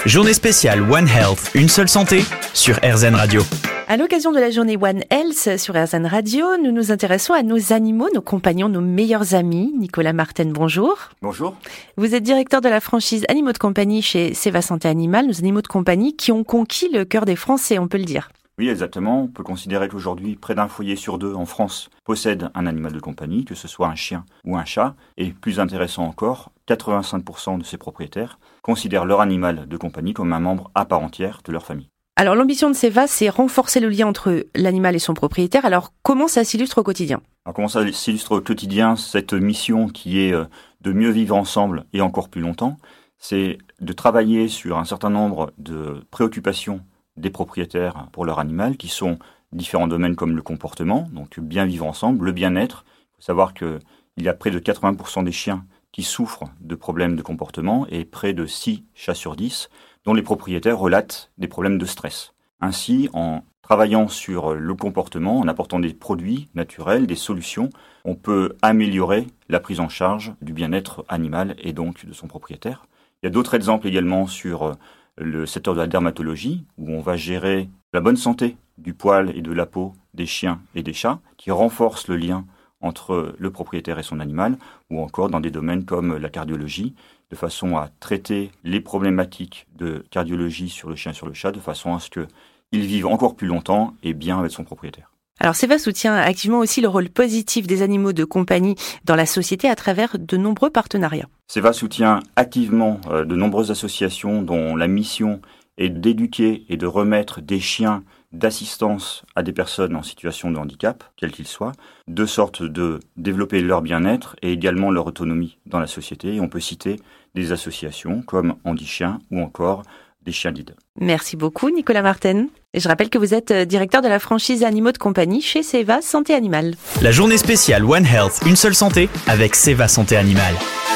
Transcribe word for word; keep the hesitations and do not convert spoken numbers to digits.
Journée spéciale One Health, une seule santé sur R Z N Radio. À l'occasion de la journée One Health sur R Z N Radio, nous nous intéressons à nos animaux, nos compagnons, nos meilleurs amis. Nicolas Marten, bonjour. Bonjour. Vous êtes directeur de la franchise Animaux de compagnie chez Seva Santé Animale, nos animaux de compagnie qui ont conquis le cœur des Français, on peut le dire. Oui, exactement. On peut considérer qu'aujourd'hui, près d'un foyer sur deux en France possède un animal de compagnie, que ce soit un chien ou un chat. Et plus intéressant encore, quatre-vingt-cinq pour cent de ses propriétaires considèrent leur animal de compagnie comme un membre à part entière de leur famille. Alors l'ambition de Seva, c'est renforcer le lien entre l'animal et son propriétaire. Alors comment ça s'illustre au quotidien ? Alors comment ça s'illustre au quotidien, cette mission qui est de mieux vivre ensemble et encore plus longtemps, c'est de travailler sur un certain nombre de préoccupations des propriétaires pour leur animal, qui sont différents domaines comme le comportement, donc bien vivre ensemble, le bien-être. Il faut savoir qu'il y a près de quatre-vingts pour cent des chiens qui souffrent de problèmes de comportement et près de six chats sur dix dont les propriétaires relatent des problèmes de stress. Ainsi, en travaillant sur le comportement, en apportant des produits naturels, des solutions, on peut améliorer la prise en charge du bien-être animal et donc de son propriétaire. Il y a d'autres exemples également sur le secteur de la dermatologie, où on va gérer la bonne santé du poil et de la peau des chiens et des chats, qui renforce le lien entre le propriétaire et son animal, ou encore dans des domaines comme la cardiologie, de façon à traiter les problématiques de cardiologie sur le chien et sur le chat, de façon à ce qu'ils vivent encore plus longtemps et bien avec son propriétaire. Alors Seva soutient activement aussi le rôle positif des animaux de compagnie dans la société à travers de nombreux partenariats. Seva soutient activement euh, de nombreuses associations dont la mission est d'éduquer et de remettre des chiens d'assistance à des personnes en situation de handicap, quels qu'ils soient, de sorte de développer leur bien-être et également leur autonomie dans la société. Et on peut citer des associations comme Handichien ou encore des chiens guides. Merci beaucoup Nicolas Marten. Et je rappelle que vous êtes directeur de la franchise Animaux de compagnie chez Seva Santé Animale. La journée spéciale One Health, une seule santé avec Seva Santé Animale.